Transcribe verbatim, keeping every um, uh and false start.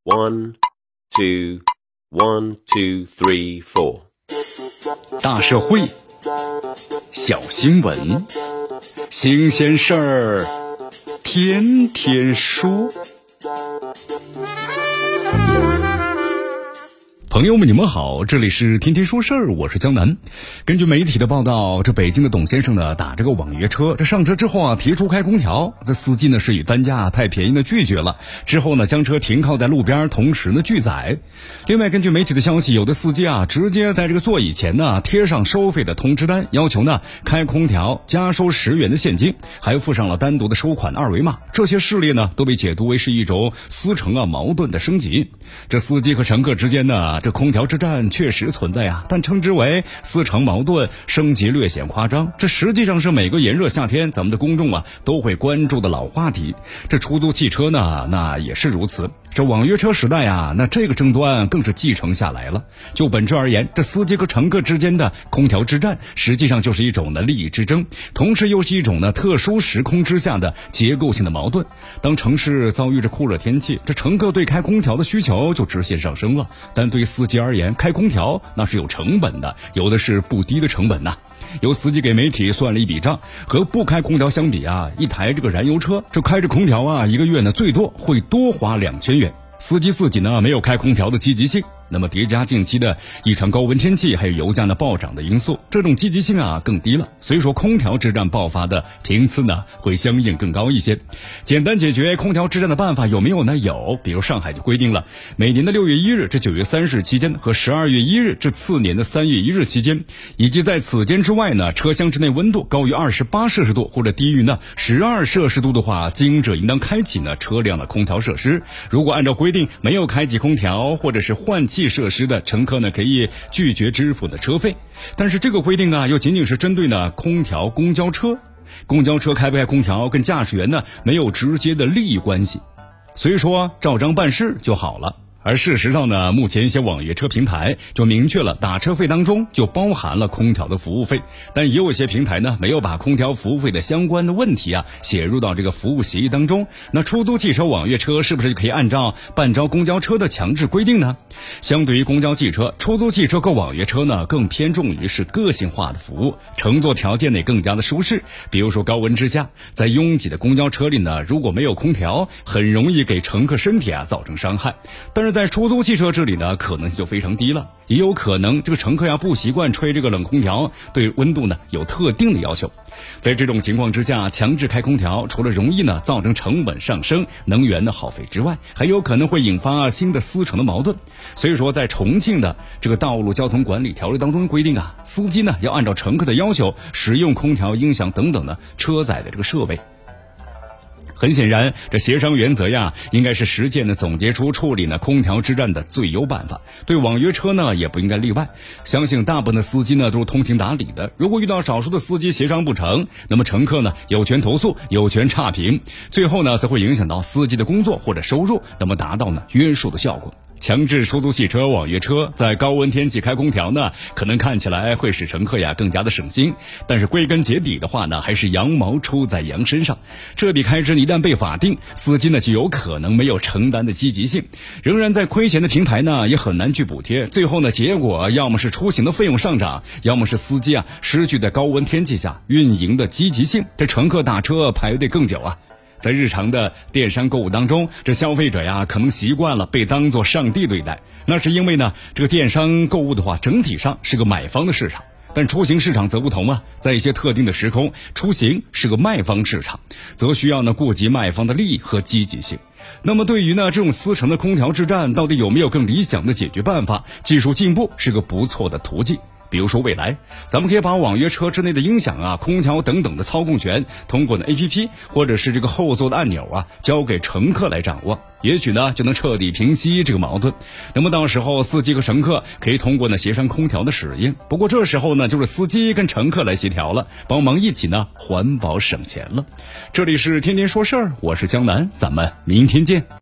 One, two, one, two, three, four。 大社会，小新闻，新鲜事儿，天天说。朋友们，你们好，这里是天天说事儿，我是江南。根据媒体的报道，这北京的董先生呢打这个网约车，这上车之后啊提出开空调，这司机呢是以单价太便宜的拒绝了，之后呢将车停靠在路边，同时呢拒载。另外根据媒体的消息，有的司机啊直接在这个座椅前呢贴上收费的通知单，要求呢开空调加收十元的现金，还附上了单独的收款二维码。这些事例呢都被解读为是一种私乘啊矛盾的升级。这司机和乘客之间呢这空调之战确实存在啊，但称之为私乘矛盾升级略显夸张。这实际上是每个炎热夏天咱们的公众啊都会关注的老话题。这出租汽车呢那也是如此，这网约车时代啊，那这个争端更是继承下来了。就本质而言，这司机和乘客之间的空调之战实际上就是一种的利益之争，同时又是一种呢特殊时空之下的结构性的矛盾。当城市遭遇着酷热天气，这乘客对开空调的需求就直线上升了，但对司机而言，开空调那是有成本的，有的是不低的成本呐、啊。有司机给媒体算了一笔账，和不开空调相比啊，一台这个燃油车，这开着空调啊，一个月呢最多会多花两千元。司机自己呢没有开空调的积极性，那么叠加近期的异常高温天气还有油价的暴涨的因素，这种积极性啊更低了，所以说空调之战爆发的频次呢会相应更高一些。简单解决空调之战的办法有没有呢？有，比如上海就规定了，每年的六月一日至九月三十期间和十二月一日至次年的三月一日期间，以及在此间之外呢，车厢之内温度高于二十八摄氏度或者低于呢十二摄氏度的话，经营者应当开启呢车辆的空调设施。如果按照规定没有开启空调或者是换气设施的乘客呢，可以拒绝支付的车费。但是这个规定啊，又仅仅是针对呢空调公交车，公交车开不开空调跟驾驶员呢没有直接的利益关系，所以说照章办事就好了。而事实上呢，目前一些网约车平台就明确了打车费当中就包含了空调的服务费，但也有一些平台呢没有把空调服务费的相关的问题啊写入到这个服务协议当中。那出租汽车网约车是不是就可以按照办招公交车的强制规定呢？相对于公交汽车，出租汽车和网约车呢更偏重于是个性化的服务，乘坐条件呢更加的舒适。比如说高温之下，在拥挤的公交车里呢，如果没有空调，很容易给乘客身体啊造成伤害。但是在出租汽车这里呢，可能性就非常低了，也有可能这个乘客呀不习惯吹这个冷空调，对温度呢有特定的要求。在这种情况之下，强制开空调，除了容易呢造成成本上升、能源的耗费之外，还有可能会引发新的私乘的矛盾。所以说，在重庆的这个道路交通管理条例当中规定啊，司机呢要按照乘客的要求使用空调、音响等等的车载的这个设备。很显然，这协商原则呀，应该是实践的总结出处理呢空调之战的最优办法。对网约车呢，也不应该例外。相信大部分的司机呢都是通情达理的。如果遇到少数的司机协商不成，那么乘客呢有权投诉，有权差评，最后呢则会影响到司机的工作或者收入，那么达到呢约束的效果。强制出租汽车、网约车在高温天气开空调呢，可能看起来会使乘客呀更加的省心，但是归根结底的话呢，还是羊毛出在羊身上。这笔开支一旦被法定，司机呢就有可能没有承担的积极性，仍然在亏钱的平台呢也很难去补贴。最后呢，结果要么是出行的费用上涨，要么是司机啊失去在高温天气下运营的积极性，这乘客打车排队更久啊。在日常的电商购物当中，这消费者呀可能习惯了被当作上帝对待，那是因为呢这个电商购物的话整体上是个买方的市场，但出行市场则不同啊，在一些特定的时空，出行是个卖方市场，则需要呢顾及卖方的利益和积极性。那么对于呢这种私乘的空调之战，到底有没有更理想的解决办法？技术进步是个不错的途径。比如说未来，咱们可以把网约车之内的音响啊、空调等等的操控权，通过呢 A P P 或者是这个后座的按钮啊，交给乘客来掌握，也许呢就能彻底平息这个矛盾。那么到时候司机和乘客可以通过呢协商空调的使用，不过这时候呢就是司机跟乘客来协调了，帮忙一起呢环保省钱了。这里是天天说事儿，我是江南，咱们明天见。